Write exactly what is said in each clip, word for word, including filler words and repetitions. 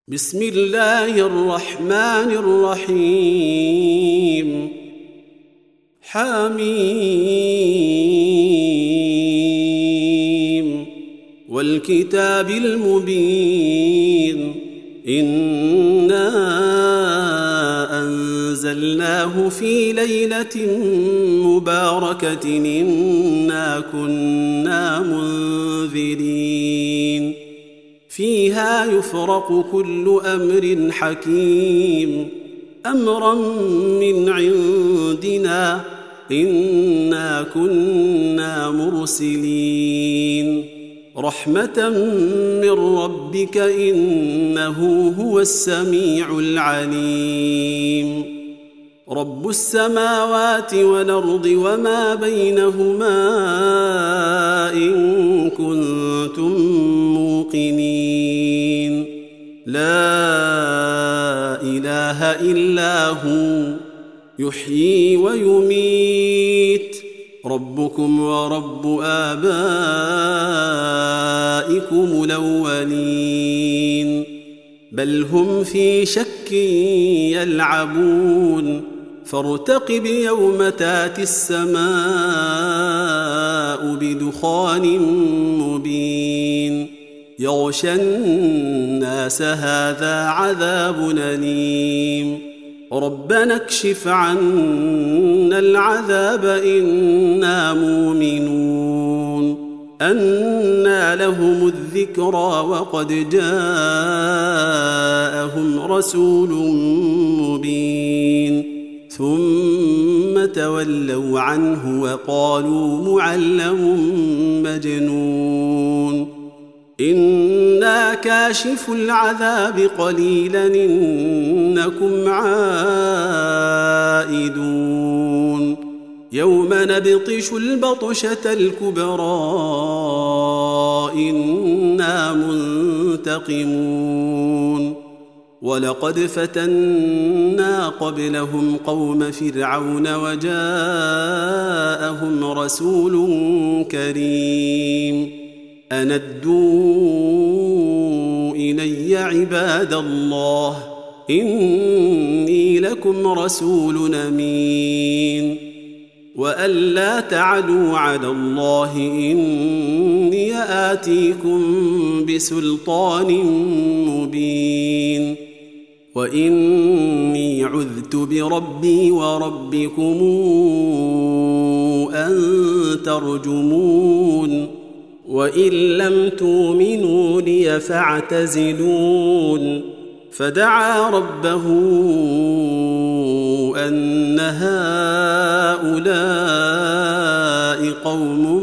بسم الله الرحمن الرحيم حميم والكتاب المبين إنا أنزلناه في ليلة مباركة إنا كنا منذرين فيها يفرق كل أمر حكيم أمرا من عندنا إنا كنا مرسلين رحمة من ربك إنه هو السميع العليم رب السماوات والأرض وما بينهما إن كنتم موقنين لا إله إلا هو يحيي ويميت ربكم ورب آبائكم الأولين بل هم في شك يلعبون فارتقب يوم تاتي السماء بدخان مبين يغشى الناس هذا عذاب أليم ربنا اكشف عنا العذاب إنا مؤمنون أنى لهم الذكرى وقد جاءهم رسول مبين ثم تولوا عنه وقالوا معلم مجنون إنا كاشف العذاب قليلا إنكم عائدون يوم نبطش البطشة الكبرى إنا منتقمون ولقد فتنا قبلهم قوم فرعون وجاءهم رسول كريم أن ادوا إلي عباد الله إني لكم رسول أمين وأن لا تعلوا على الله إني آتيكم بسلطان مبين وإني عذت بربي وربكم أن ترجمون وإن لم تؤمنوا لي فاعتزلون فدعا ربه أن هؤلاء قوم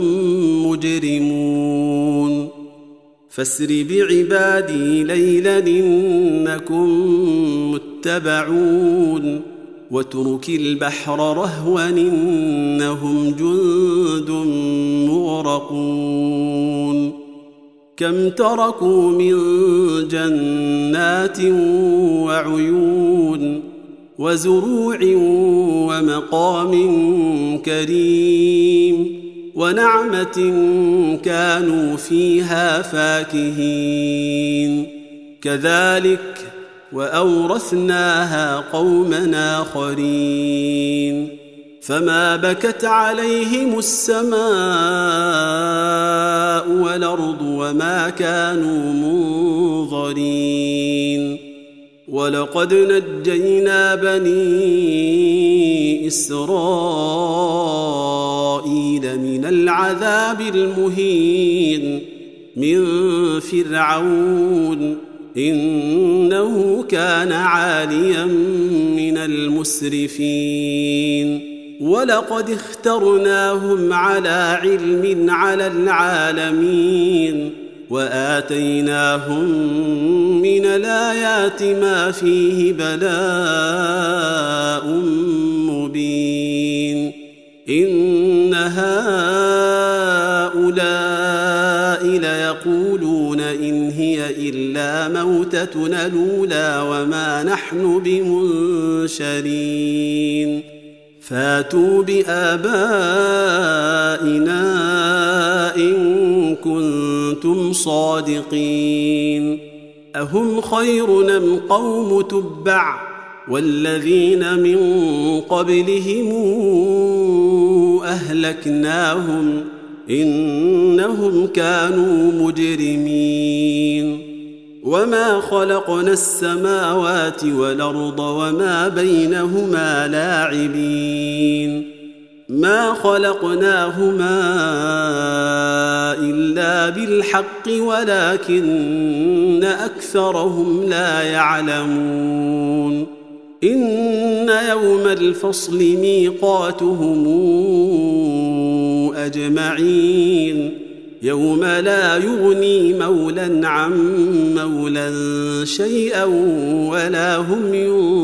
مجرمون فاسر بعبادي ليلا إنكم متبعون واترك البحر رهوا إنهم جند مغرقون كم تركوا من جنات وعيون وزروع ومقام كريم ونعمة كانوا فيها فاكهين كذلك وأورثناها قوما آخرين فما بكت عليهم السماء والأرض وما كانوا منظرين ولقد نجينا بني إسرائيل من العذاب المهين من فرعون إنه كان عاليا من المسرفين ولقد اخترناهم على علم على العالمين وآتيناهم من الآيات ما فيه بلاء مبين إن هؤلاء ليقولون إن هي إلا موتتنا الأولى وما نحن بمنشرين فاتوا بآبائنا إن كنتم صادقين أهم خير أم قوم تبع والذين من قبلهم أهلكناهم إنهم كانوا مجرمين وما خلقنا السماوات والأرض وما بينهما لاعبين ما خلقناهما إلا بالحق ولكن أكثرهم لا يعلمون إن يوم الفصل ميقاتهم أجمعين يوم لا يغني مولى عن مولى شيئا ولا هم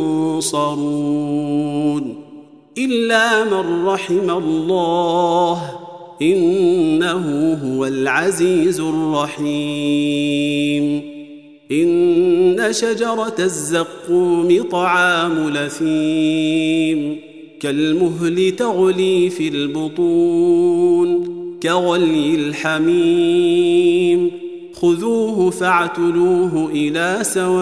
ينصرون إلا من رحم الله إنه هو العزيز الرحيم إن شجرة الزقوم طعام لثيم كالمهل تغلي في البطون كغلي الحميم خذوه فاعتلوه إلى سواء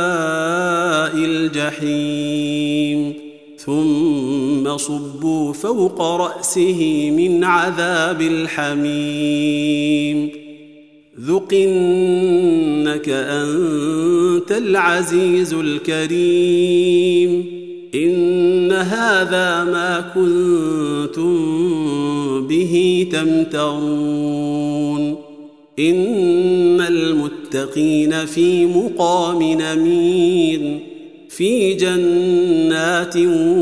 الجحيم ثم صبوا فوق رأسه من عذاب الحميم ذق إنك أنت العزيز الكريم إن هذا ما كنتم به تمترون إن المتقين في مقام أمين في جنات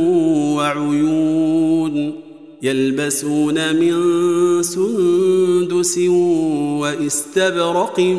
وعيون يلبسون من سندس واستبرق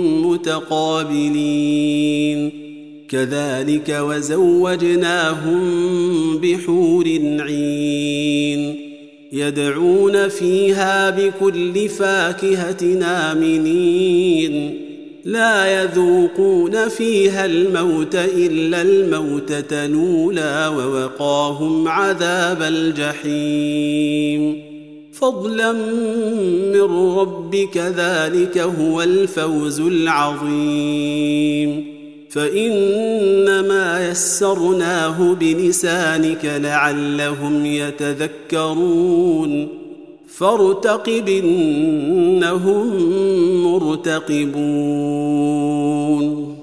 متقابلين كذلك وزوجناهم بحور عين يدعون فيها بكل فاكهة آمنين لا يذوقون فيها الموت إلا الموتة الأولى ووقاهم عذاب الجحيم فضلا من ربك ذلك هو الفوز العظيم فإنما يسرناه بلسانك لعلهم يتذكرون فارتقب إنهم مرتقبون